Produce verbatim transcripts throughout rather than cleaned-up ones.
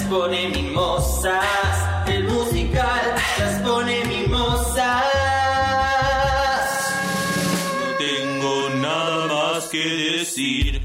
pone mimosas. El musical las pone mimosas. No tengo nada más que decir.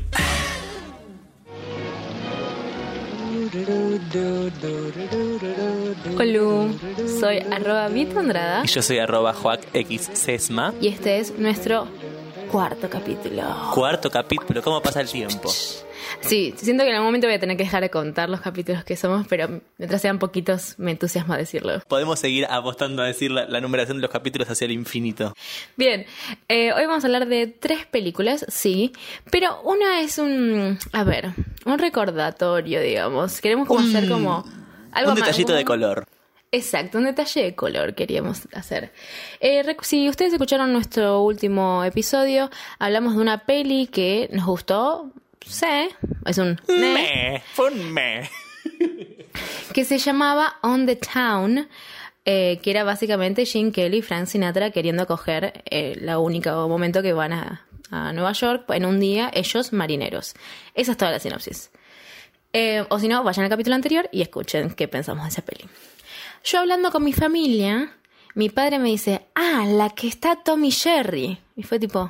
Hola, soy arroba Vito Andrada. Y yo soy arroba joacxsesma. Y este es nuestro cuarto capítulo. Cuarto capítulo, ¿cómo pasa el tiempo? Sí, siento que en algún momento voy a tener que dejar de contar los capítulos que somos, pero mientras sean poquitos me entusiasma decirlo. Podemos seguir apostando a decir la, la numeración de los capítulos hacia el infinito. Bien, eh, hoy vamos a hablar de tres películas, sí, pero una es un, a ver, un recordatorio, digamos. Queremos como un, hacer como algo un detallito más, de color. Exacto, un detalle de color queríamos hacer. Eh, rec- si ustedes escucharon nuestro último episodio, hablamos de una peli que nos gustó. Sí, es un meh, Me, fue un me. que se llamaba On the Town, eh, que era básicamente Gene Kelly y Frank Sinatra queriendo coger eh, la única momento que van a, a Nueva York en un día, ellos marineros. Esa es toda la sinopsis. Eh, o si no, vayan al capítulo anterior y escuchen qué pensamos de esa peli. Yo hablando con mi familia, mi padre me dice, ah, la que está Tommy Jerry. Y fue tipo...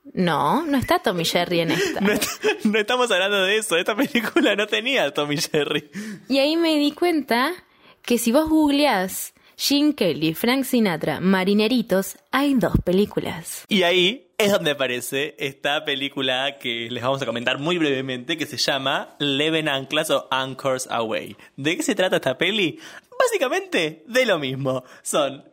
No, no está Tommy Jerry en esta. No, est- no estamos hablando de eso. Esta película no tenía a Tommy Jerry. Y ahí me di cuenta que si vos googleás Gene Kelly, Frank Sinatra, Marineritos, hay dos películas. Y ahí es donde aparece esta película que les vamos a comentar muy brevemente, que se llama Eleven Anclas o Anchors Away. ¿De qué se trata esta peli? Básicamente de lo mismo. Son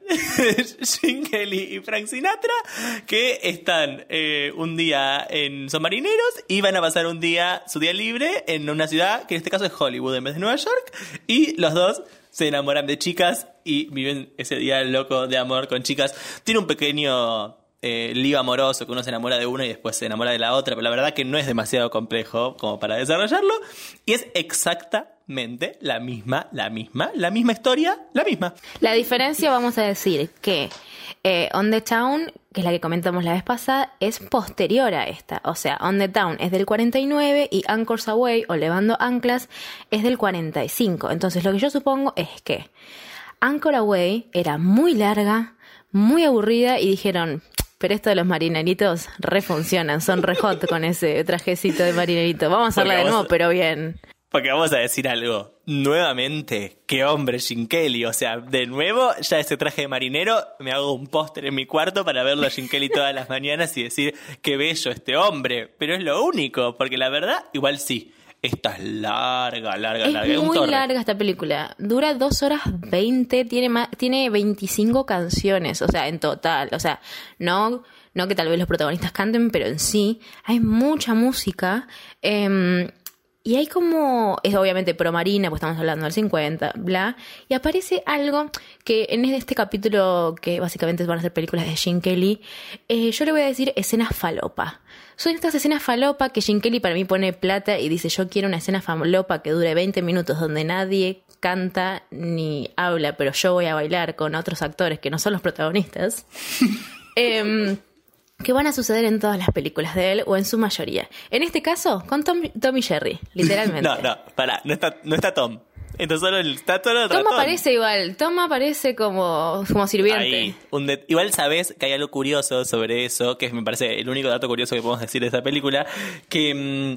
Gene Kelly y Frank Sinatra que están eh, un día en... son marineros y van a pasar un día, su día libre, en una ciudad que en este caso es Hollywood en vez de Nueva York. Y los dos se enamoran de chicas y viven ese día loco de amor con chicas. Tiene un pequeño... Eh, lío amoroso, que uno se enamora de una y después se enamora de la otra, pero la verdad que no es demasiado complejo como para desarrollarlo, y es exactamente la misma, la misma, la misma historia, la misma. La diferencia, vamos a decir que eh, On the Town, que es la que comentamos la vez pasada, es posterior a esta. O sea, On the Town es del cuarenta y nueve y Anchors Away, o Levando Anclas, es del cuarenta y cinco. Entonces lo que yo supongo es que Anchor Away era muy larga, muy aburrida, y dijeron... Pero esto de los marineritos refuncionan, son re hot con ese trajecito de marinerito. Vamos a hacerla de nuevo, pero bien. Porque vamos a decir algo. Nuevamente, qué hombre Gene Kelly. O sea, de nuevo, ya ese traje de marinero, me hago un póster en mi cuarto para verlo a Gene Kelly todas las mañanas y decir, qué bello este hombre. Pero es lo único, porque la verdad, igual sí. Esta es larga, larga, es larga. Es muy un larga esta película. Dura dos horas veinte, tiene más, tiene veinticinco canciones, o sea, en total. O sea, no, no que tal vez los protagonistas canten, pero en sí hay mucha música. Eh, y hay como, es obviamente pro marina, pues estamos hablando del cincuenta, bla. Y aparece algo que en este capítulo, que básicamente van a ser películas de Gene Kelly, eh, yo le voy a decir escenas falopa. Son estas escenas falopa que Gene Kelly para mí pone plata y dice, yo quiero una escena falopa que dure veinte minutos donde nadie canta ni habla, pero yo voy a bailar con otros actores que no son los protagonistas. eh, que van a suceder en todas las películas de él o en su mayoría. En este caso, con Tom, Tommy Jerry, literalmente. No, no, pará, no está, no está Tom. Entonces solo el, está todo el otro Tom Tom. aparece igual, Tom aparece como, como sirviente. Ahí, un de- igual sabés que hay algo curioso sobre eso, que es, me parece el único dato curioso que podemos decir de esta película, que mm,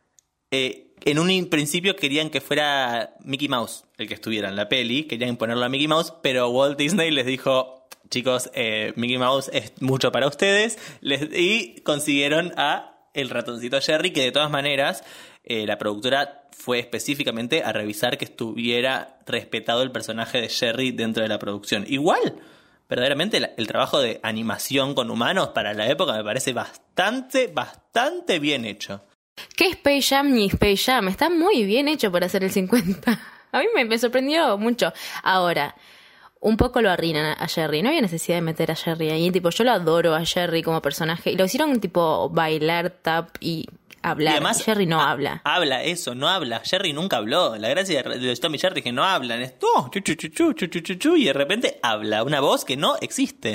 eh, en un principio querían que fuera Mickey Mouse el que estuviera en la peli, querían ponerlo a Mickey Mouse, pero Walt Disney les dijo, chicos, eh, Mickey Mouse es mucho para ustedes, les, y consiguieron a el ratoncito Jerry, que de todas maneras eh, la productora fue específicamente a revisar que estuviera respetado el personaje de Jerry dentro de la producción. Igual, verdaderamente el, el trabajo de animación con humanos para la época me parece bastante, bastante bien hecho. ¿Qué Space Jam ni Space Jam? Está muy bien hecho para hacer el cincuenta. A mí me, me sorprendió mucho. Ahora, un poco lo arruinan a Jerry. No había necesidad de meter a Jerry ahí. Tipo, yo lo adoro a Jerry como personaje. Y lo hicieron tipo bailar, tap y hablar. Y además, Jerry no ha- habla. Habla, eso, no habla. Jerry nunca habló. La gracia de los Tommy Jerry es que no hablan. Es oh, chu, chu, chu, chu, chu, chu, chu, chu, y de repente habla. Una voz que no existe.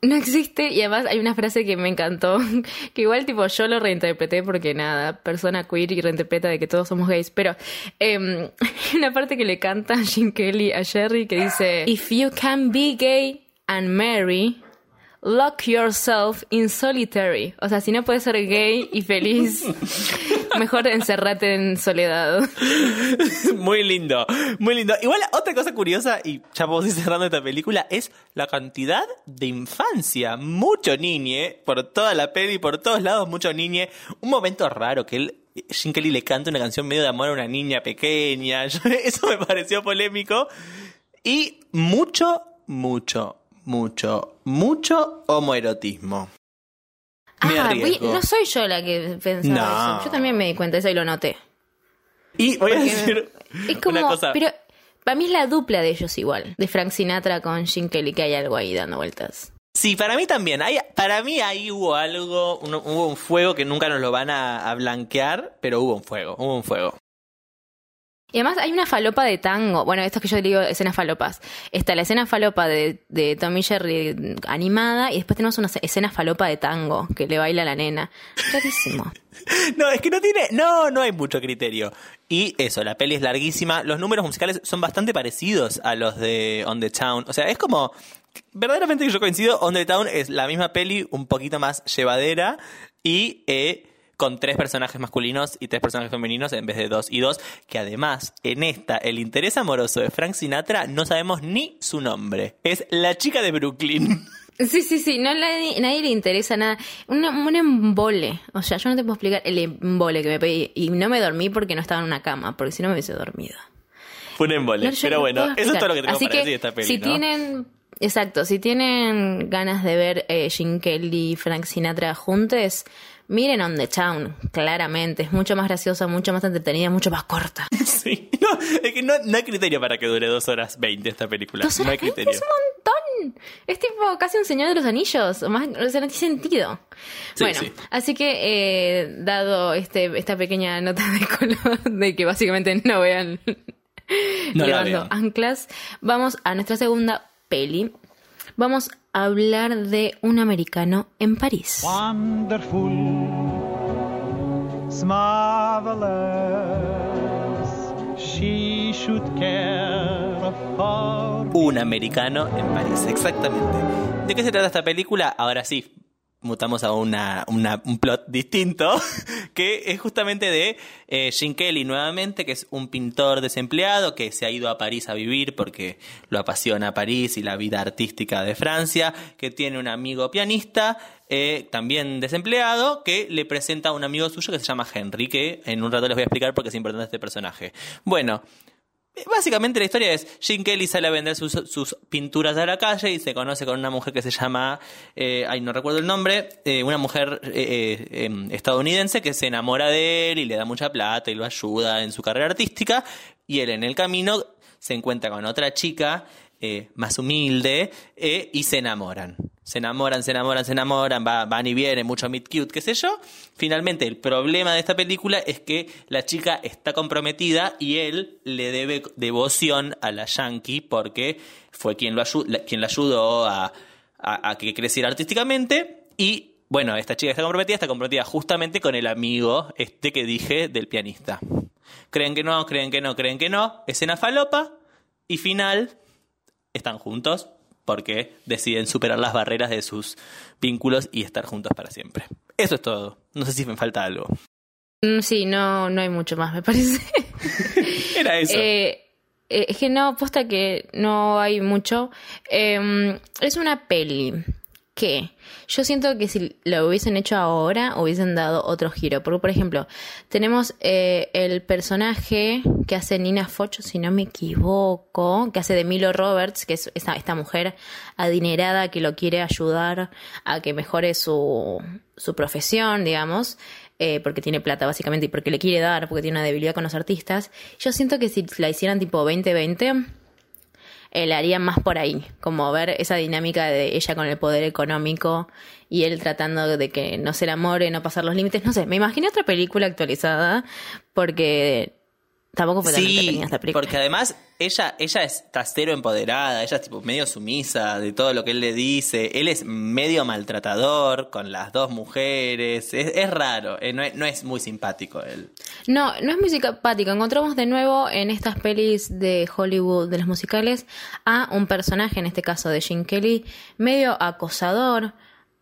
No existe, y además hay una frase que me encantó, que igual tipo yo lo reinterpreté porque nada, persona queer y reinterpreta de que todos somos gays, pero eh, hay una parte que le canta Gene Kelly a Jerry que dice: If you can be gay and marry, lock yourself in solitary. O sea, si no puedes ser gay y feliz, mejor encerrate en soledad. Muy lindo, muy lindo. Igual, otra cosa curiosa, y ya podemos ir cerrando esta película, es la cantidad de infancia. Mucho niñe, por toda la peli, por todos lados, mucho niñe. Un momento raro que él, Gene Kelly le canta una canción medio de amor a una niña pequeña. Eso me pareció polémico. Y mucho, mucho, mucho, mucho homoerotismo. Me Ah, arriesgo. no soy yo la que pensaba No. eso. Yo también me di cuenta de eso y lo noté. Y voy a Porque decir es como, una cosa. pero para mí es la dupla de ellos igual, de Frank Sinatra con Gene Kelly, que hay algo ahí dando vueltas. Sí, para mí también. Hay, para mí ahí hubo algo, un, hubo un fuego que nunca nos lo van a, a blanquear, pero hubo un fuego, hubo un fuego. Y además hay una falopa de tango. Bueno, esto es que yo digo escenas falopas. Está la escena falopa de, de Tom y Jerry animada, y después tenemos una escena falopa de tango que le baila a la nena. Clarísimo. No, es que no tiene, no, no hay mucho criterio. Y eso, la peli es larguísima. Los números musicales son bastante parecidos a los de On the Town. O sea, es como, verdaderamente que yo coincido, On the Town es la misma peli, un poquito más llevadera y eh, con tres personajes masculinos y tres personajes femeninos en vez de dos y dos, que además, en esta, el interés amoroso de Frank Sinatra, no sabemos ni su nombre. Es la chica de Brooklyn. Sí, sí, sí, no nadie, nadie le interesa nada. Una, un embole. O sea, yo no te puedo explicar el embole que me pedí. Y no me dormí porque no estaba en una cama, porque si no me hubiese dormido. Fue un embole, No, yo pero no bueno, puedo eso es todo lo que explicar. tengo Así para decir de esta peli, si ¿no? tienen, exacto, si tienen ganas de ver eh, Gene Kelly y Frank Sinatra juntos, miren On the Town, claramente. Es mucho más graciosa, mucho más entretenida, mucho más corta. Sí, no, es que no, no hay criterio para que dure dos horas veinte esta película. Dos No hay horas veinte criterio. es un montón. Es tipo casi un Señor de los Anillos. O más, o sea, no tiene sentido. Sí, bueno, sí. así que eh, dado este esta pequeña nota de color de que básicamente no vean No la Levando vean. Anclas, vamos a nuestra segunda peli. Vamos a hablar de Un americano en París. Wonderful, it's marvelous. She should care for. Un americano en París, exactamente. ¿De qué se trata esta película? Ahora sí, mutamos a una, una, un plot distinto, que es justamente de eh, Gene Kelly nuevamente, que es un pintor desempleado que se ha ido a París a vivir porque lo apasiona París y la vida artística de Francia, que tiene un amigo pianista, eh, también desempleado, que le presenta a un amigo suyo que se llama Henry, que en un rato les voy a explicar por qué es importante este personaje. Bueno, básicamente la historia es, Gene Kelly sale a vender sus, sus pinturas a la calle y se conoce con una mujer que se llama, eh, ay no recuerdo el nombre, eh, una mujer eh, eh, estadounidense que se enamora de él y le da mucha plata y lo ayuda en su carrera artística, y él en el camino se encuentra con otra chica eh, más humilde eh, y se enamoran. Se enamoran, se enamoran, se enamoran, va, van y vienen, mucho meet cute, qué sé yo. Finalmente, el problema de esta película es que la chica está comprometida y él le debe devoción a la yankee porque fue quien, lo ayu- quien la ayudó a, a, a que creciera artísticamente. Y bueno, esta chica está comprometida, está comprometida justamente con el amigo este que dije del pianista. Creen que no, creen que no, creen que no. Escena falopa y final, están juntos porque deciden superar las barreras de sus vínculos y estar juntos para siempre. Eso es todo. No sé si me falta algo. Mm, Sí, no, no hay mucho más, me parece. Era eso. Eh, eh, es que no, posta que no hay mucho. Eh, es una peli que yo siento que si lo hubiesen hecho ahora hubiesen dado otro giro. Porque, por ejemplo, tenemos eh, el personaje que hace Nina Foch, si no me equivoco, que hace de Milo Roberts, que es esta, esta mujer adinerada que lo quiere ayudar a que mejore su, su profesión, digamos. Eh, porque tiene plata básicamente y porque le quiere dar, porque tiene una debilidad con los artistas. Yo siento que si la hicieran tipo veinte veinte, eh, la harían más por ahí, como ver esa dinámica de ella con el poder económico y él tratando de que no se enamore, no pasar los límites. No sé, me imaginé otra película actualizada porque Tampoco fue tan Sí, entretenida esta película. porque además ella, ella es cero empoderada, ella es tipo medio sumisa de todo lo que él le dice, él es medio maltratador con las dos mujeres, es, es raro, eh, no, es, no es muy simpático él. No, no es muy simpático. Encontramos de nuevo en estas pelis de Hollywood, de los musicales, a un personaje, en este caso de Gene Kelly, medio acosador,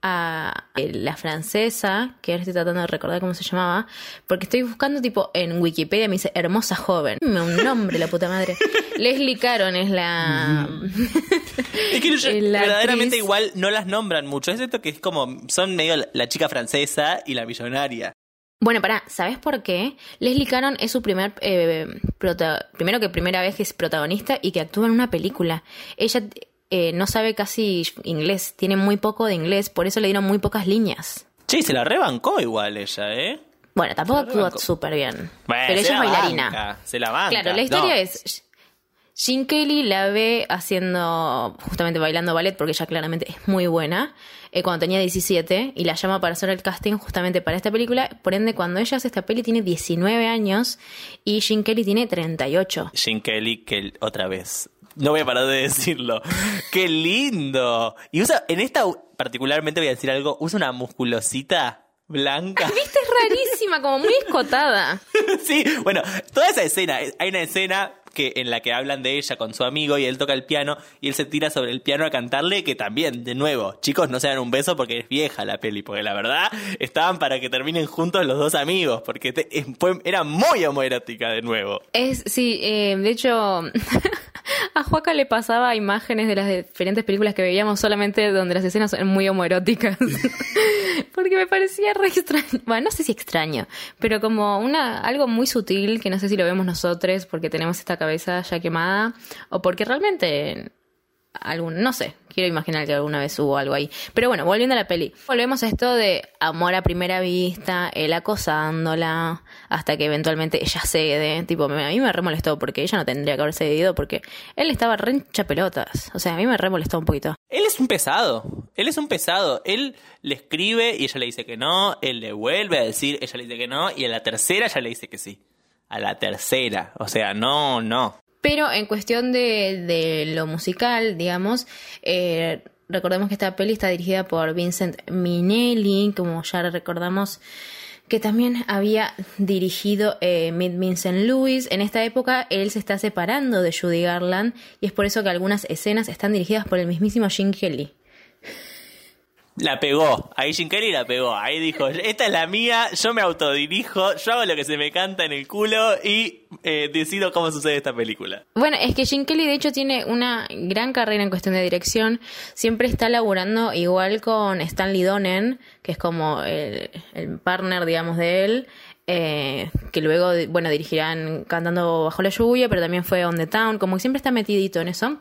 a la francesa, que ahora estoy tratando de recordar cómo se llamaba, porque estoy buscando tipo en Wikipedia, me dice hermosa joven, un nombre, la puta madre. Leslie Caron es la Es que ellos es la verdaderamente actriz. igual no las nombran mucho, es esto que es como, son medio la, la chica francesa y la millonaria. Bueno, pará, ¿sabes por qué? Leslie Caron es su primer eh, prota- primero que primera vez que es protagonista y que actúa en una película. Ella Eh, no sabe casi inglés, tiene muy poco de inglés, por eso le dieron muy pocas líneas. Che, se la rebancó igual ella, ¿eh? Bueno, tampoco Se la actúa rebancó. súper bien. Bueno, pero se ella es la bailarina. banca, se la banca. Claro, la historia No. es... Gene Kelly la ve haciendo, justamente bailando ballet, porque ella claramente es muy buena, eh, cuando tenía diecisiete, y la llama para hacer el casting justamente para esta película. Por ende, cuando ella hace esta peli tiene diecinueve años y Gene Kelly tiene treinta y ocho. Gene Kelly, que otra vez. No voy a parar de decirlo. ¡Qué lindo! Y usa, en esta particularmente voy a decir algo, usa una musculosita blanca. ¿Viste? Es rarísima, como muy escotada. Sí, bueno, toda esa escena, hay una escena que en la que hablan de ella con su amigo y él toca el piano y él se tira sobre el piano a cantarle, que también, de nuevo, chicos, no se dan un beso porque es vieja la peli, porque la verdad estaban para que terminen juntos los dos amigos, porque te- es- fue- era muy homoerótica de nuevo. Es, sí, eh, de hecho, a Joaca le pasaba imágenes de las diferentes películas que veíamos solamente donde las escenas son muy homoeróticas. Porque me parecía re extraño. Bueno, no sé si extraño, pero como una algo muy sutil que no sé si lo vemos nosotros porque tenemos esta cabeza ya quemada o porque realmente algún, no sé, quiero imaginar que alguna vez hubo algo ahí. Pero bueno, volviendo a la peli. Volvemos a esto de amor a primera vista, él acosándola, hasta que eventualmente ella cede. Tipo, me- a mí me re molestó porque ella no tendría que haber cedido porque él estaba re hincha pelotas. O sea, a mí me re molestó un poquito. Él es un pesado, él es un pesado, él le escribe y ella le dice que no, él le vuelve a decir, ella le dice que no, y a la tercera ella le dice que sí. A la tercera, o sea, no, no. Pero en cuestión de, de lo musical, digamos, eh, recordemos que esta peli está dirigida por Vincent Minnelli, como ya recordamos, que también había dirigido eh, Meet Vincent Lewis. En esta época él se está separando de Judy Garland y es por eso que algunas escenas están dirigidas por el mismísimo Gene Kelly. La pegó, ahí Gene Kelly la pegó, ahí dijo, esta es la mía, yo me autodirijo, yo hago lo que se me canta en el culo y eh, decido cómo sucede esta película. Bueno, es que Gene Kelly de hecho tiene una gran carrera en cuestión de dirección. Siempre está laburando igual con Stanley Donen, que es como el, el partner, digamos, de él, eh, que luego, bueno, dirigirán Cantando Bajo la Lluvia, pero también fue On the Town, como que siempre está metidito en eso.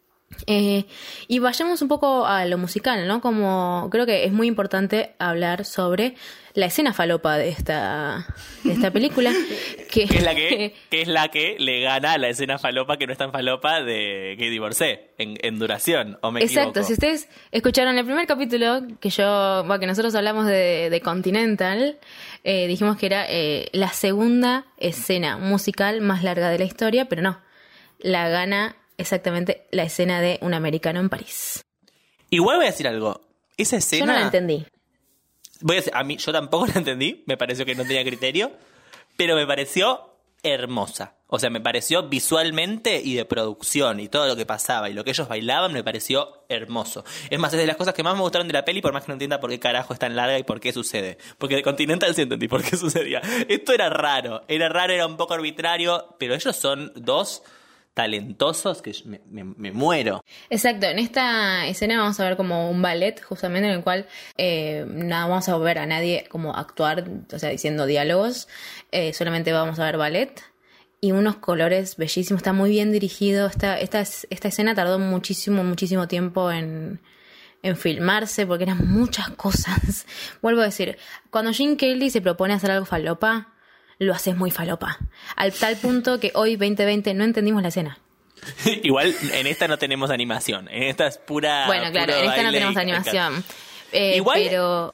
Eh, y vayamos un poco a lo musical, ¿no? Como creo que es muy importante hablar sobre la escena falopa de esta, de esta película. Que, Que es la que, que es la que le gana a la escena falopa, que no es tan falopa, de que divorcé, en, en duración, o me Exacto, equivoco. si ustedes escucharon el primer capítulo que yo, bueno, que nosotros hablamos de, de Continental, eh, dijimos que era eh, la segunda escena musical más larga de la historia, pero no, la gana exactamente la escena de Un americano en París. Igual voy a decir algo, esa escena... Yo no la entendí. Voy a decir, a mí, yo tampoco la entendí, me pareció que no tenía criterio, pero me pareció hermosa. O sea, me pareció visualmente y de producción y todo lo que pasaba y lo que ellos bailaban me pareció hermoso. Es más, es de las cosas que más me gustaron de la peli, por más que no entienda por qué carajo es tan larga y por qué sucede. Porque de Continental sí entendí por qué sucedía. Esto era raro, era raro, era un poco arbitrario, pero ellos son dos talentosos que me, me, me muero. Exacto, en esta escena vamos a ver como un ballet justamente en el cual eh, no vamos a ver a nadie como actuar, o sea, diciendo diálogos, eh, solamente vamos a ver ballet y unos colores bellísimos, está muy bien dirigido, esta, esta, esta escena tardó muchísimo, muchísimo tiempo en, en filmarse porque eran muchas cosas. Vuelvo a decir, cuando Gene Kelly se propone hacer algo falopa, lo haces muy falopa. Al tal punto que hoy, veinte veinte, no entendimos la escena. Igual en esta no tenemos animación, en esta es pura... Bueno, claro, puro en esta no baile tenemos y- animación. Eh, Igual- pero...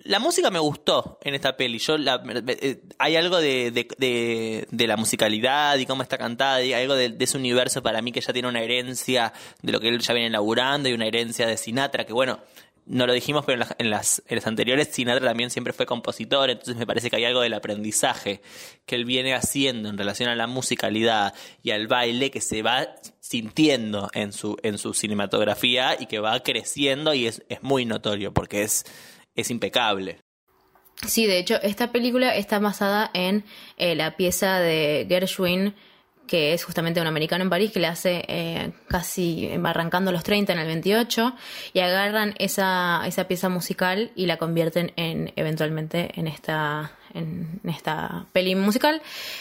la música me gustó en esta peli. Yo la, eh, hay algo de, de, de, de la musicalidad y cómo está cantada, y algo de, de ese universo para mí que ya tiene una herencia de lo que él ya viene elaborando y una herencia de Sinatra, que bueno, no lo dijimos, pero en las, en las, en las anteriores Sinatra también siempre fue compositor, entonces me parece que hay algo del aprendizaje que él viene haciendo en relación a la musicalidad y al baile que se va sintiendo en su, en su cinematografía y que va creciendo, y es, es muy notorio porque es, es impecable. Sí, de hecho, esta película está basada en eh, la pieza de Gershwin, que es justamente un americano en París, que le hace eh, casi arrancando los treinta, en el veintiocho, y agarran esa, esa pieza musical y la convierten en eventualmente en esta, en esta peli musical,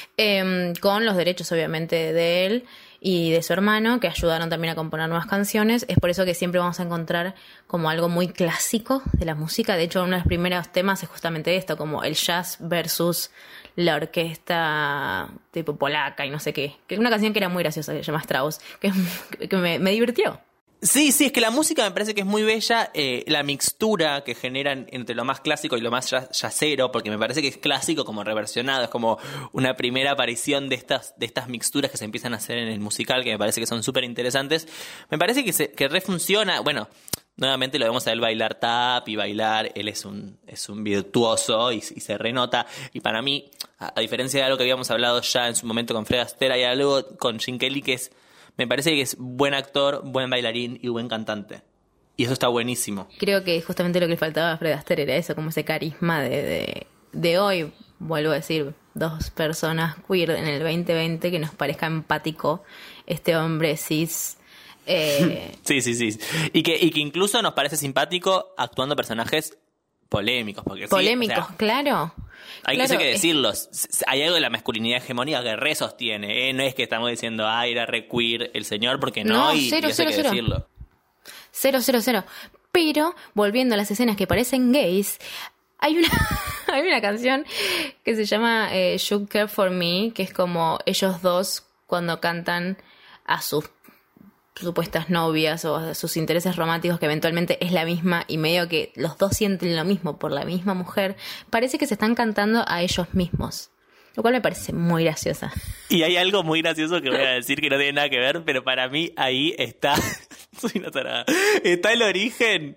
eh, con los derechos obviamente de él y de su hermano, que ayudaron también a componer nuevas canciones. Es por eso que siempre vamos a encontrar como algo muy clásico de la música. De hecho, uno de los primeros temas es justamente esto, como el jazz versus la orquesta tipo polaca y no sé qué. Que es una canción que era muy graciosa, que se llama Strauss, que, que me, me divirtió. Sí, sí, es que la música me parece que es muy bella, eh, la mixtura que generan entre lo más clásico y lo más jazzero, porque me parece que es clásico como reversionado, es como una primera aparición de estas, de estas mixturas que se empiezan a hacer en el musical, que me parece que son súper interesantes. Me parece que, se, que refunciona, bueno, nuevamente lo vemos a él bailar tap y bailar, él es un, es un virtuoso y, y se renota, y para mí, a, a diferencia de algo que habíamos hablado ya en su momento con Fred Astaire, hay algo con Gene Kelly que es, me parece que es buen actor, buen bailarín y buen cantante. Y eso está buenísimo. Creo que justamente lo que le faltaba a Fred Astaire era eso, como ese carisma de, de, de hoy, vuelvo a decir, dos personas queer en el veinte veinte, que nos parezca empático este hombre cis. Eh... sí, sí, sí. Y que, y que incluso nos parece simpático actuando personajes polémicos. Porque polémicos, sí, o sea, claro. Hay claro, que, que es... decirlo. Hay algo de la masculinidad hegemónica que re sostiene, ¿eh? No es que estamos diciendo, ah, era re queer el señor, porque no, no y, cero, y eso cero, hay que cero. decirlo. Cero, cero, cero. Pero, volviendo a las escenas que parecen gays, hay una, hay una canción que se llama eh, You Care For Me, que es como ellos dos cuando cantan a sus supuestas novias o a sus intereses románticos, que eventualmente es la misma, y medio que los dos sienten lo mismo por la misma mujer. Parece que se están cantando a ellos mismos, lo cual me parece muy graciosa. Y hay algo muy gracioso que voy a decir que no tiene nada que ver, pero para mí ahí está, soy una tarada, está el origen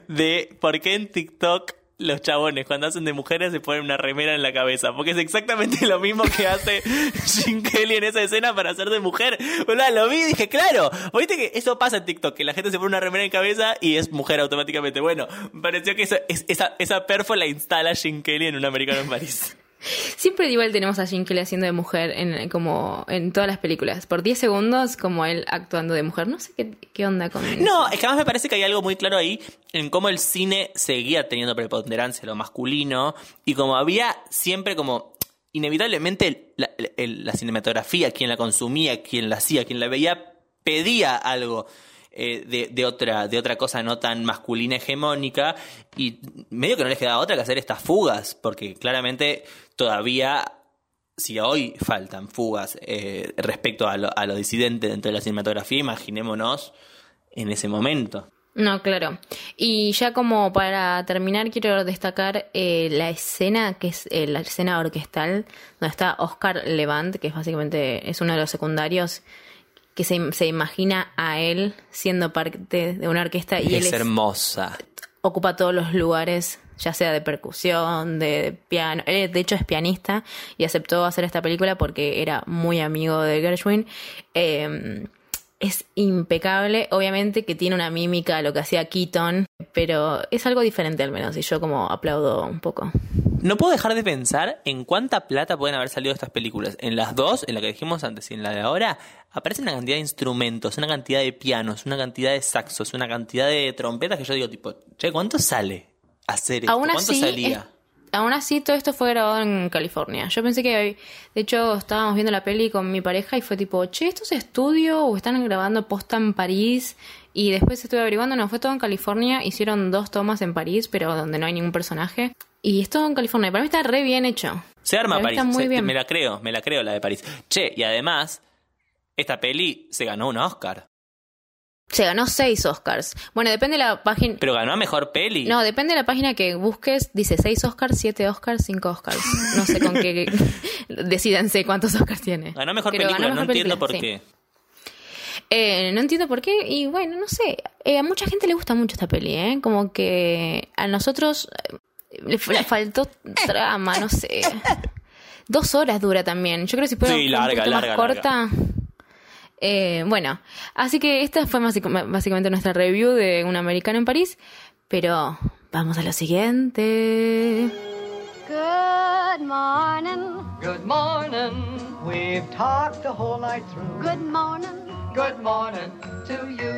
de por qué en TikTok los chabones cuando hacen de mujeres se ponen una remera en la cabeza, porque es exactamente lo mismo que hace Gene Kelly en esa escena para hacer de mujer. Bueno, lo vi y dije, claro, viste que eso pasa en TikTok, que la gente se pone una remera en cabeza y es mujer automáticamente. Bueno, me pareció que eso, es, esa, esa perfo la instala Gene Kelly en Un Americano en París. Siempre igual tenemos a Gene Kelly haciendo de mujer en, como en todas las películas. Por diez segundos, como él actuando de mujer. No sé qué, qué onda con eso. No, es que además me parece que hay algo muy claro ahí en cómo el cine seguía teniendo preponderancia en lo masculino, y como había siempre como inevitablemente la, la, la cinematografía, quien la consumía, quien la hacía, quien la veía, pedía algo eh, de, de otra de otra cosa no tan masculina hegemónica, y medio que no les quedaba otra que hacer estas fugas, porque claramente todavía, si hoy faltan fugas eh, respecto a lo, a lo disidente dentro de la cinematografía, imaginémonos en ese momento. No, claro. Y ya como para terminar, quiero destacar eh, la escena, que es eh, la escena orquestal, donde está Oscar Levant, que es básicamente es uno de los secundarios, que se, se imagina a él siendo parte de una orquesta. Y es él es hermosa. Ocupa todos los lugares, ya sea de percusión, de piano. Él, de hecho, es pianista y aceptó hacer esta película porque era muy amigo de Gershwin. Eh, es impecable. Obviamente que tiene una mímica a lo que hacía Keaton, pero es algo diferente al menos, y yo como aplaudo un poco. No puedo dejar de pensar en cuánta plata pueden haber salido estas películas. En las dos, en la que dijimos antes y en la de ahora, aparece una cantidad de instrumentos, una cantidad de pianos, una cantidad de saxos, una cantidad de trompetas que yo digo tipo, che, ¿cuánto sale hacer esto? Aún ¿Cuánto así, salía? Es, aún así, todo esto fue grabado en California. Yo pensé que, de hecho, estábamos viendo la peli con mi pareja y fue tipo, che, ¿esto es estudio o están grabando posta en París? Y después estuve averiguando, no, fue todo en California. Hicieron dos tomas en París, pero donde no hay ningún personaje. Y es todo en California. Para mí está re bien hecho. Se arma Para mí París. está muy Se, bien. me la creo, me la creo la de París. Che, y además, esta peli se ganó un Oscar. Se ganó seis Oscars. Bueno, depende de la página. Pero ganó a mejor peli. No, depende de la página que busques. Dice seis Oscars, siete Oscars, cinco Oscars. No sé con qué. Decídanse cuántos Oscars tiene. Ganó a mejor Pero película, ganó no mejor entiendo película, por sí. qué. Eh, no entiendo por qué. Y bueno, no sé. Eh, a mucha gente le gusta mucho esta peli, ¿eh? Como que a nosotros eh, le, le faltó trama, no sé. Dos horas dura también. Yo creo que si fuera Sí, un larga, poquito larga, más corta. Eh, bueno, así que esta fue básic- básicamente nuestra review de Un Americano en París. Pero vamos a lo siguiente. Good morning. Good morning. We've talked the whole night through. Good morning. Good morning to you.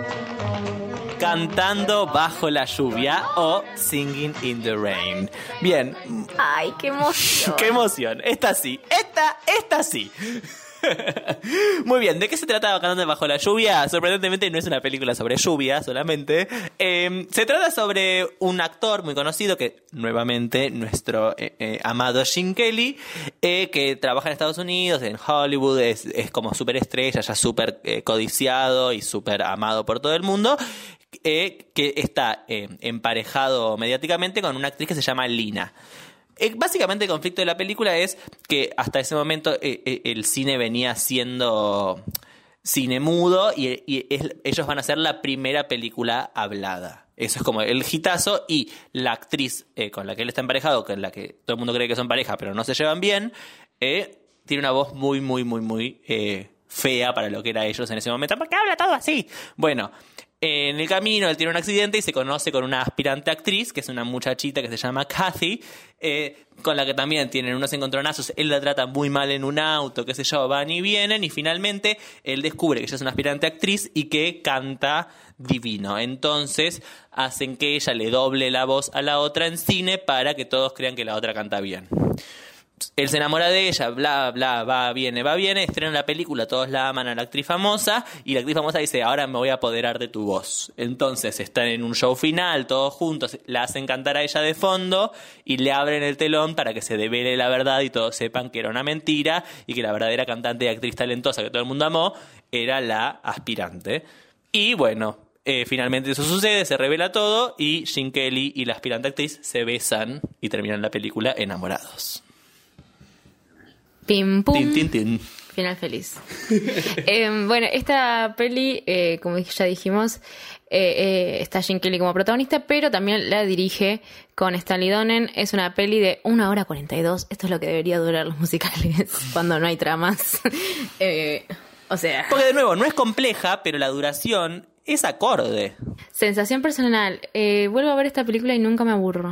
Cantando bajo la lluvia o Singing in the Rain. Bien, Ay, qué emoción. qué emoción. Esta sí, esta, esta sí. Muy bien, ¿de qué se trata Cantando bajo la lluvia? Sorprendentemente no es una película sobre lluvia solamente. Eh, se trata sobre un actor muy conocido que, nuevamente, nuestro eh, eh, amado Gene Kelly, eh, que trabaja en Estados Unidos, en Hollywood, es, es como súper estrella, ya súper eh, codiciado y súper amado por todo el mundo. Eh, que está eh, emparejado mediáticamente con una actriz que se llama Lina. Eh, básicamente el conflicto de la película es que hasta ese momento eh, eh, el cine venía siendo cine mudo y, y es, ellos van a hacer la primera película hablada. Eso es como el hitazo, y la actriz eh, con la que él está emparejado, con la que todo el mundo cree que son pareja pero no se llevan bien, eh, tiene una voz muy, muy, muy, muy eh, fea para lo que era ellos en ese momento. ¿Por qué habla todo así? Bueno, en el camino él tiene un accidente y se conoce con una aspirante actriz, que es una muchachita que se llama Kathy, eh, con la que también tienen unos encontronazos. Él la trata muy mal en un auto, qué sé yo, van y vienen, y finalmente él descubre que ella es una aspirante actriz y que canta divino. Entonces hacen que ella le doble la voz a la otra en cine para que todos crean que la otra canta bien. Él se enamora de ella, bla, bla, va, viene, va, viene, estrena la película, todos la aman a la actriz famosa, y la actriz famosa dice, ahora me voy a apoderar de tu voz. Entonces están en un show final, todos juntos, la hacen cantar a ella de fondo, y le abren el telón para que se devele la verdad y todos sepan que era una mentira, y que la verdadera cantante y actriz talentosa que todo el mundo amó, era la aspirante. Y bueno, eh, finalmente eso sucede, se revela todo, y Gene Kelly y la aspirante actriz se besan, y terminan la película enamorados. Pim, pum. Tin, tin, tin. Final feliz. eh, bueno, esta peli, eh, como ya dijimos, eh, eh, está Gene Kelly como protagonista, pero también la dirige con Stanley Donen. Es una peli de una hora cuarenta y dos. Esto es lo que debería durar los musicales cuando no hay tramas. eh, o sea... Porque de nuevo, no es compleja, pero la duración es acorde. Sensación personal. Eh, vuelvo a ver esta película y nunca me aburro.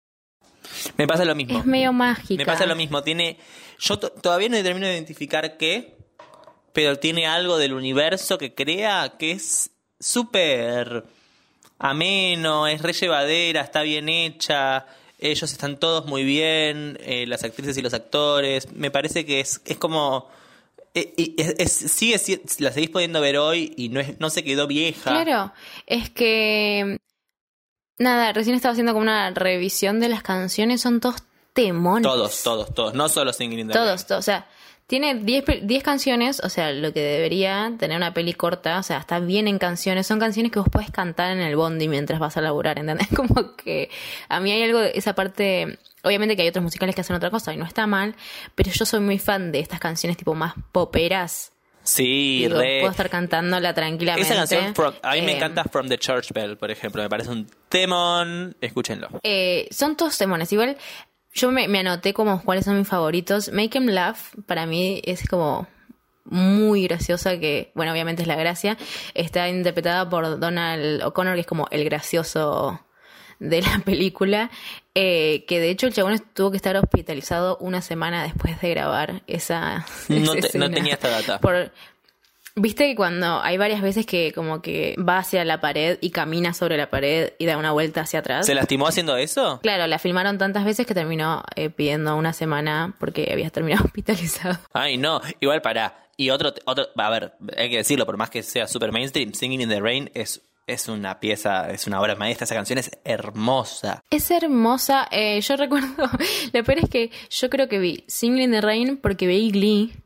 Me pasa lo mismo. Es medio mágica. Me pasa lo mismo. Tiene, yo to- todavía no termino de identificar qué, pero tiene algo del universo que crea que es súper ameno, es re llevadera, está bien hecha. Ellos están todos muy bien, eh, las actrices y los actores. Me parece que es, es como... eh, y es- es- sigue, si- la seguís pudiendo ver hoy y no, es, no se quedó vieja. Claro, es que... Nada, recién estaba haciendo como una revisión de las canciones, son todos temones. Todos, todos, todos. No solo Singing in the Rain. Todos, todos, o sea, tiene diez canciones, o sea, lo que debería tener una peli corta, o sea, está bien en canciones, son canciones que vos podés cantar en el bondi mientras vas a laburar, ¿entendés? Como que a mí hay algo de esa parte, obviamente que hay otros musicales que hacen otra cosa y no está mal, pero yo soy muy fan de estas canciones tipo más poperas. Sí, Digo, re. puedo estar cantándola tranquilamente. Esa canción, from- a mí me Eh, encanta From the Church Bell, por ejemplo. Me parece un temón. Escúchenlo. Eh, son todos temones. Igual yo me, me anoté como cuáles son mis favoritos. Make 'em Laugh para mí es como muy graciosa, que bueno, obviamente es la gracia. Está interpretada por Donald O'Connor, que es como el gracioso de la película, eh, que de hecho el chabón tuvo que estar hospitalizado una semana después de grabar esa, No, esa te- no escena. tenía esta data. Por, Viste que cuando hay varias veces que como que va hacia la pared y camina sobre la pared y da una vuelta hacia atrás. ¿Se lastimó haciendo eso? Claro, la filmaron tantas veces que terminó eh, pidiendo una semana porque había terminado hospitalizado. Ay, no. Igual pará. Y otro, otro, a ver, hay que decirlo, por más que sea super mainstream, Singing in the Rain es, es una pieza, es una obra maestra. Esa canción es hermosa. Es hermosa. Eh, yo recuerdo, lo peor es que yo creo que vi Singing in the Rain porque veí Glee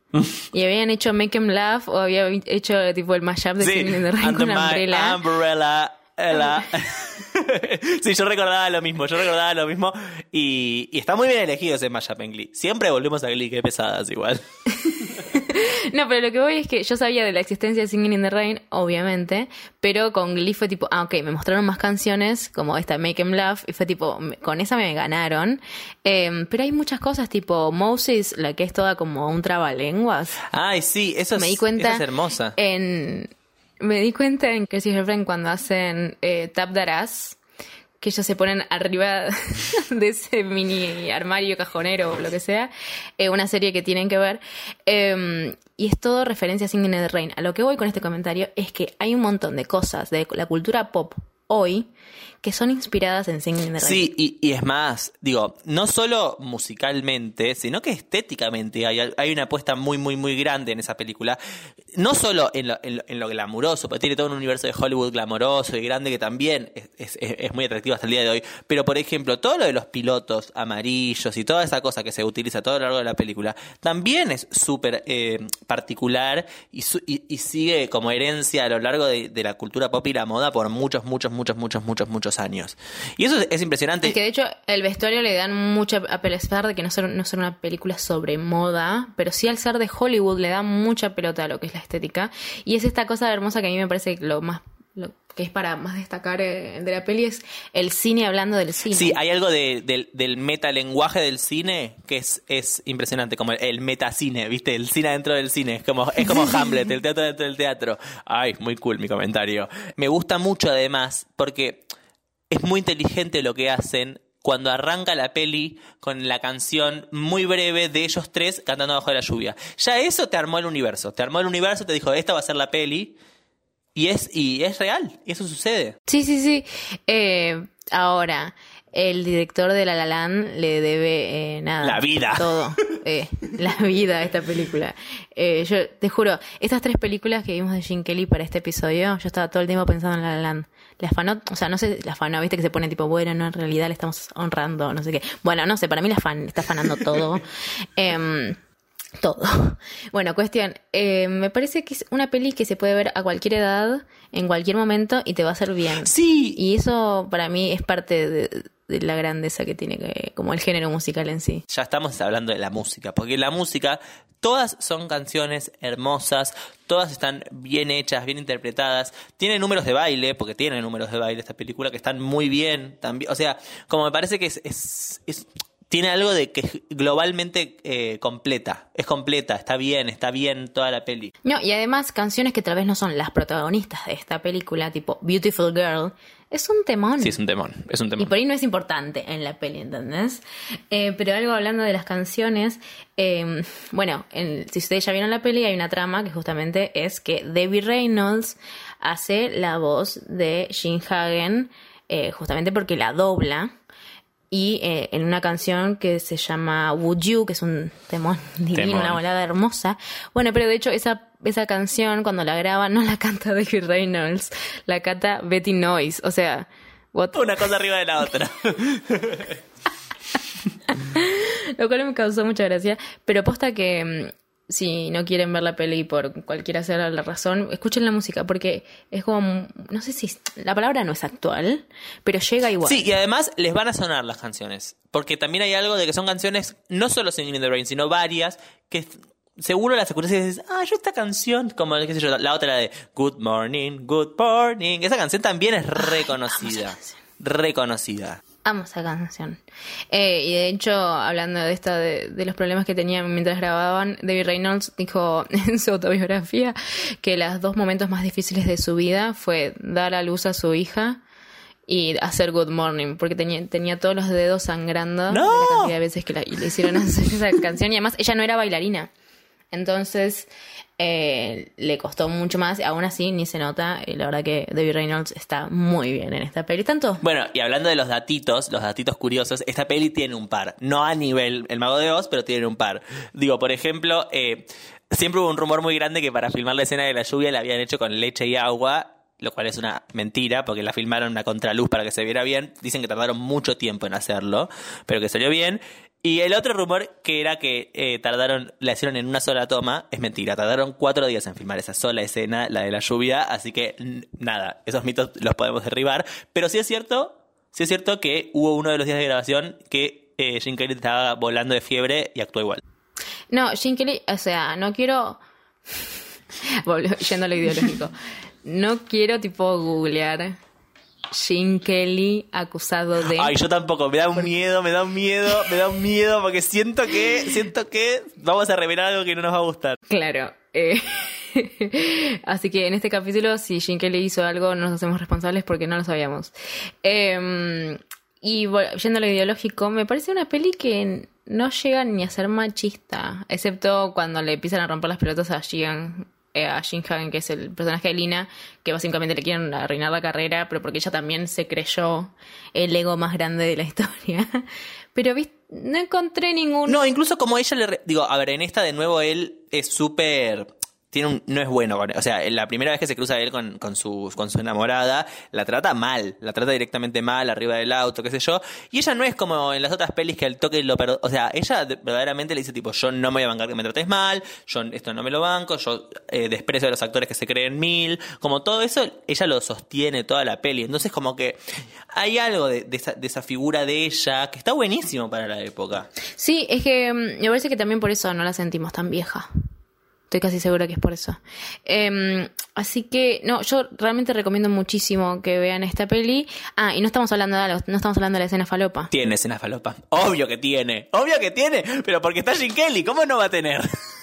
Y habían hecho Make 'Em Laugh o había hecho tipo el mashup de Sí, Singing in the Rain Under con my Umbrella. umbrella, ella. Sí, yo recordaba lo mismo, yo recordaba lo mismo. Y, y está muy bien elegido ese mashup en Glee. Siempre volvemos a Glee, qué pesadas igual. No, pero lo que voy es que yo sabía de la existencia de Singing in the Rain, obviamente, pero con Glee fue tipo, ah, ok, me mostraron más canciones, como esta Make 'Em Laugh, y fue tipo, me- con esa me ganaron. Eh, pero hay muchas cosas, tipo Moses, la que es toda como un trabalenguas. Ay, sí, eso es, Me di cuenta esa es hermosa. en me di cuenta en Crazy Girlfriend cuando hacen eh, Tap That Ass, que ellos se ponen arriba de ese mini armario cajonero o lo que sea, eh, una serie que tienen que ver, eh, y es todo referencia a Singing in the Rain. A lo que voy con este comentario es que hay un montón de cosas de la cultura pop hoy que son inspiradas en Singing in the Rain. Sí, y, y es más, digo, no solo musicalmente, sino que estéticamente hay, hay una apuesta muy, muy, muy grande en esa película. No solo en lo, en lo, en lo glamuroso, porque tiene todo un universo de Hollywood glamoroso y grande que también es, es, es muy atractivo hasta el día de hoy. Pero, por ejemplo, todo lo de los pilotos amarillos y toda esa cosa que se utiliza a todo lo largo de la película, también es súper eh, particular y, su, y, y sigue como herencia a lo largo de, de la cultura pop y la moda por muchos, muchos, muchos, muchos, muchos, muchos años. Y eso es, es impresionante. Y que de hecho el vestuario le dan mucha, a pesar de que no ser, no ser una película sobre moda, pero sí al ser de Hollywood le da mucha pelota a lo que es la estética. Y es esta cosa hermosa que a mí me parece que lo más, lo que es para más destacar eh, de la peli es el cine hablando del cine. Sí, hay algo de, del, del metalenguaje del cine que es, es impresionante, como el, el metacine, ¿viste? El cine dentro del cine, es como, es como Hamlet, el teatro dentro del teatro. Ay, muy cool mi comentario. Me gusta mucho además porque es muy inteligente lo que hacen cuando arranca la peli con la canción muy breve de ellos tres cantando bajo la lluvia. Ya eso te armó el universo, te armó el universo, te dijo, esta va a ser la peli. Y es, y es real, y eso sucede. Sí, sí, sí. Eh, ahora, el director de La La Land le debe eh, nada. La vida. Todo. Eh, la vida a esta película. Eh, yo te juro, estas tres películas que vimos de Gene Kelly para este episodio, yo estaba todo el tiempo pensando en La La Land. La fanó, o sea, no sé, la fanó, viste que se pone tipo, bueno, no, en realidad le estamos honrando, no sé qué. Bueno, no sé, para mí la fan está fanando todo. eh, Todo. Bueno, cuestión. Eh, me parece que es una peli que se puede ver a cualquier edad, en cualquier momento, y te va a hacer bien. Sí. Y eso para mí es parte de, de la grandeza que tiene que, como el género musical en sí. Ya estamos hablando de la música, porque la música, todas son canciones hermosas, todas están bien hechas, bien interpretadas, tiene números de baile, porque tiene números de baile esta película, que están muy bien también. O sea, como me parece que es... es, es tiene algo de que es globalmente eh, completa, es completa, está bien, está bien toda la peli. No, y además canciones que tal vez no son las protagonistas de esta película, tipo Beautiful Girl, es un temón. Sí, es un temón, es un temón. Y por ahí no es importante en la peli, ¿entendés? Eh, pero algo hablando de las canciones, eh, bueno, en, si ustedes ya vieron la peli, hay una trama que justamente es que Debbie Reynolds hace la voz de Jean Hagen, eh, justamente porque la dobla. Y eh, en una canción que se llama Would You, que es un temón divino, Temón. una balada hermosa. Bueno, pero de hecho esa esa canción cuando la graban no la canta Debbie Reynolds, la canta Betty Noyes. O sea, what? Una cosa arriba de la otra. Lo cual me causó mucha gracia. Pero posta que mm, si no quieren ver la peli por cualquiera sea la razón, escuchen la música porque es como, no sé si la palabra no es actual, pero llega igual. Sí, y además les van a sonar las canciones, porque también hay algo de que son canciones, no solo Singing in the Rain, sino varias, que seguro las escuchas y dices, ah, yo esta canción, como qué sé yo, la otra la de Good Morning, Good Morning, esa canción también es reconocida, reconocida. Amo esa canción. Eh, y de hecho, hablando de esta de, de los problemas que tenían mientras grababan, Debbie Reynolds dijo en su autobiografía que los dos momentos más difíciles de su vida fue dar a luz a su hija y hacer Good Morning, porque tenía, tenía todos los dedos sangrando ¡No! de la cantidad de veces que la, y le hicieron hacer esa canción. Y además ella no era bailarina. Entonces eh, le costó mucho más. Aún así ni se nota. Y la verdad que Debbie Reynolds está muy bien en esta peli. Tanto Bueno, y hablando de los datitos, los datitos curiosos, esta peli tiene un par. No a nivel El Mago de Oz, pero tiene un par. Digo, por ejemplo, eh, siempre hubo un rumor muy grande que para filmar la escena de la lluvia la habían hecho con leche y agua. lo cual es una mentira porque la filmaron una contraluz para que se viera bien. Dicen que tardaron mucho tiempo en hacerlo, pero que salió bien. Y el otro rumor que era que eh, tardaron, la hicieron en una sola toma, es mentira. Tardaron cuatro días en filmar esa sola escena, la de la lluvia, así que n- nada, esos mitos los podemos derribar. Pero sí es cierto, sí es cierto que hubo uno de los días de grabación que eh, Gene Kelly estaba volando de fiebre y actuó igual. No, Gene Kelly, o sea, no quiero... Volvió- yendo a lo ideológico. No quiero, tipo, googlear Gene Kelly acusado de... Ay, yo tampoco, me da un miedo, me da un miedo, me da un miedo porque siento que, siento que vamos a revelar algo que no nos va a gustar. Claro. eh, Así que en este capítulo, si Gene Kelly hizo algo, no nos hacemos responsables porque no lo sabíamos. Eh, y vol- yendo a lo ideológico, me parece una peli que no llega ni a ser machista, excepto cuando le empiezan a romper las pelotas a Jean, eh, a Jin Hagen, que es el personaje de Lina, que básicamente le quieren arruinar la carrera, pero porque ella también se creyó el ego más grande de la historia. Pero ¿viste? No encontré ningún... No, incluso como ella le... re- Digo, a ver, en esta de nuevo él es súper... Tiene un, no es bueno, con- o sea, la primera vez que se cruza él con, con, su, con su enamorada, la trata mal, la trata directamente mal, arriba del auto, qué sé yo, y ella no es como en las otras pelis que al toque lo perdona, o sea, ella de- verdaderamente le dice tipo, yo no me voy a bancar que me trates mal, yo esto no me lo banco, yo eh, desprecio a los actores que se creen mil, como todo eso, ella lo sostiene toda la peli, entonces como que hay algo de, de, esa, de esa figura de ella que está buenísimo para la época. Sí, es que mm, me parece que también por eso no la sentimos tan vieja. Estoy casi segura que es por eso. Eh, así que, no, yo realmente recomiendo muchísimo que vean esta peli. Ah, y no estamos hablando de, la- no estamos hablando de la escena falopa. Tiene escena falopa, obvio que tiene, obvio que tiene, pero porque está Gene Kelly, ¿cómo no va a tener?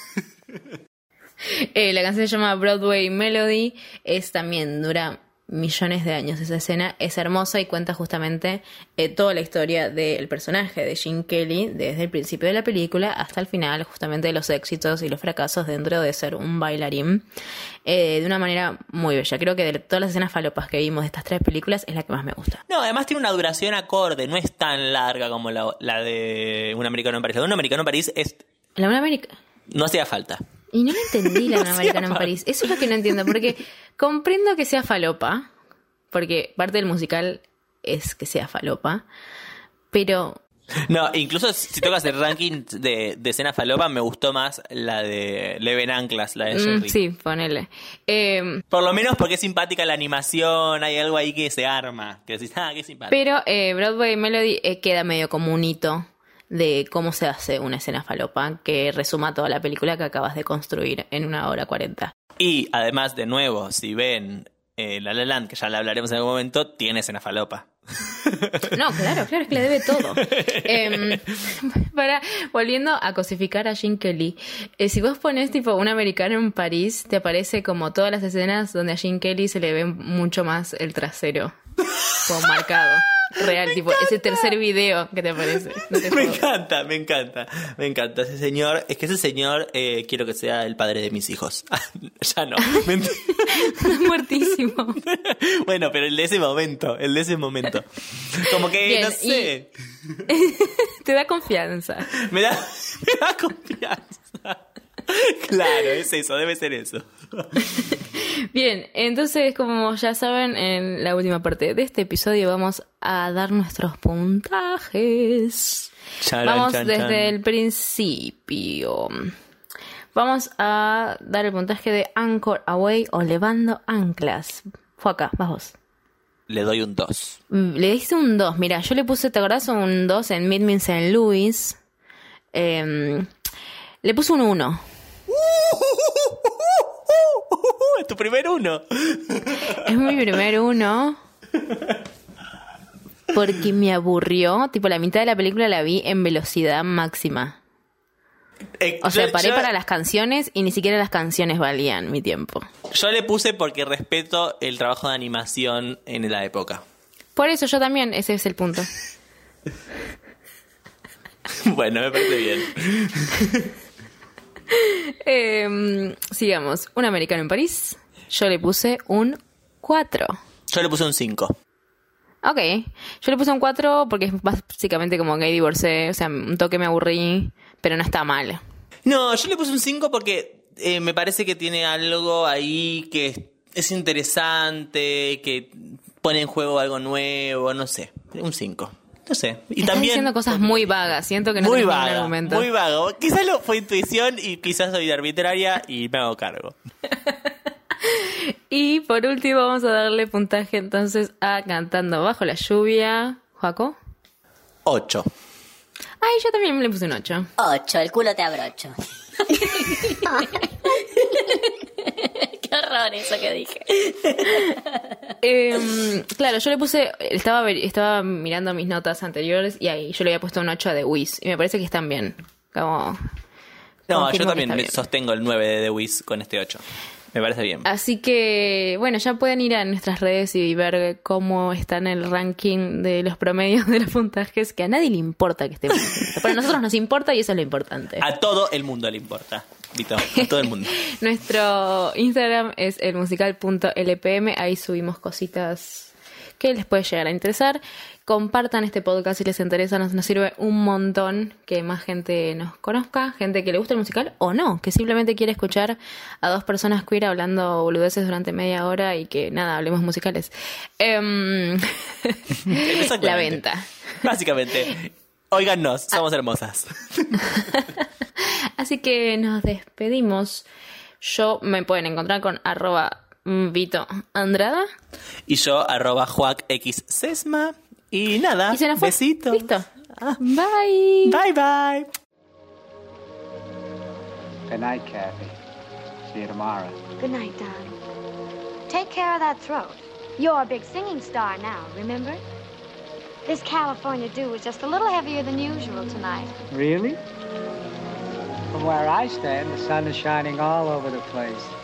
Eh, la canción se llama Broadway Melody. Es también, dura millones de años esa escena. Es hermosa y cuenta justamente eh, toda la historia del personaje de Gene Kelly, desde el principio de la película hasta el final, justamente de los éxitos y los fracasos dentro de ser un bailarín, eh, de una manera muy bella. Creo que de todas las escenas falopas que vimos de estas tres películas es la que más me gusta. No, además tiene una duración acorde, no es tan larga como la, la de Un Americano en París. La de Un Americano en París es, La Una América... no hacía falta. Y no la entendí, la No Una hacía Americana en falta. París. Eso es lo que no entiendo, porque comprendo que sea falopa, porque parte del musical es que sea falopa, pero... No, incluso si tocas el ranking de, de escena falopa, me gustó más la de Leven Anclas, la de mm, Jerry. sí, ponele. Eh, Por lo menos porque es simpática la animación, hay algo ahí que se arma, que decís, ah, qué simpático. pero eh, Broadway Melody eh, queda medio como un hito de cómo se hace una escena falopa, que resuma toda la película que acabas de construir en una hora cuarenta. Y además, de nuevo, si ven eh, La La Land, que ya la hablaremos en algún momento, tiene escena falopa. No, claro, claro, es que le debe todo. Eh, para, volviendo a cosificar a Gene Kelly, eh, si vos pones tipo Un Americano en París, te aparece como todas las escenas donde a Gene Kelly se le ve mucho más el trasero, como marcado. Real, tipo, ese tercer video que te aparece. No te Me jodo. encanta, me encanta, me encanta ese señor. Es que ese señor eh, quiero que sea el padre de mis hijos. Ya no, mentira. Está muertísimo. Bueno, pero el de ese momento, el de ese momento. Como que, Bien, no sé, Te da confianza. me da, me da confianza. Claro, es eso, debe ser eso. Bien, entonces, como ya saben, en la última parte de este episodio vamos a dar nuestros puntajes. Charan, Vamos chan, desde chan. el principio. Vamos a dar el puntaje de Anchor Away o Levando Anclas. Fue acá, vas vos. Le doy un dos. Mm, Le diste un dos. Mira, yo le puse, ¿te acordás? Un dos en Meet Me in Saint Louis. Eh, le puse un uno. Es tu primer uno. Es mi primer uno. Porque me aburrió. Tipo, la mitad de la película la vi en velocidad máxima. Eh, O sea, yo- paré yo- para las canciones y ni siquiera las canciones valían mi tiempo. Yo le puse porque respeto el trabajo de animación en la época. Por eso yo también, ese es el punto. Bueno, me parece bien. Eh, sigamos. Un Americano en París. Yo le puse un cuatro. Yo le puse un cinco. Ok. Yo le puse un cuatro porque es básicamente como gay divorcé. O sea, un toque me aburrí, pero no está mal. No, yo le puse un cinco porque eh, me parece que tiene algo ahí que es interesante, que pone en juego algo nuevo, no sé, un cinco. No sé. Y Estás también diciendo cosas muy vagas. Siento que no muy tenés ningún vago, argumento. muy vago. Quizás lo fue intuición y quizás soy arbitraria y me hago cargo. Y por último vamos a darle puntaje entonces a Cantando Bajo la Lluvia. ¿Joaco? Ocho. Ay, yo también le puse un ocho. Ocho, el culo te abrocho. Qué horror eso que dije. Eh, claro, yo le puse, estaba ver- estaba mirando mis notas anteriores y ahí yo le había puesto un ocho a The Wiz y me parece que están bien. Como No, confirmo yo que también está me bien. sostengo el nueve de The Wiz con este ocho. Me parece bien. Así que, bueno, ya pueden ir a nuestras redes y ver cómo está en el ranking de los promedios de los puntajes, que a nadie le importa que estemos. Pero a nosotros nos importa y eso es lo importante. A todo el mundo le importa, Vito, a todo el mundo. Nuestro Instagram es elmusical punto l p m. Ahí subimos cositas que les puede llegar a interesar. Compartan este podcast si les interesa. Nos, nos sirve un montón que más gente nos conozca. Gente que le gusta el musical o no. Que simplemente quiere escuchar a dos personas queer hablando boludeces durante media hora y que nada, hablemos musicales. Em, Exactamente. la venta. Básicamente, óigannos, somos hermosas. Así que nos despedimos. Yo me pueden encontrar con arroba Vito Andrada. Y yo, arroba juacxsesma. Y nada, Y se nos fue. besitos. Listo. Bye. Bye, bye. Good night, Kathy. See you tomorrow. Good night, darling. Take care of that throat. You're a big singing star now, remember? This California dew was just a little heavier than usual tonight. Really? From where I stand, the sun is shining all over the place.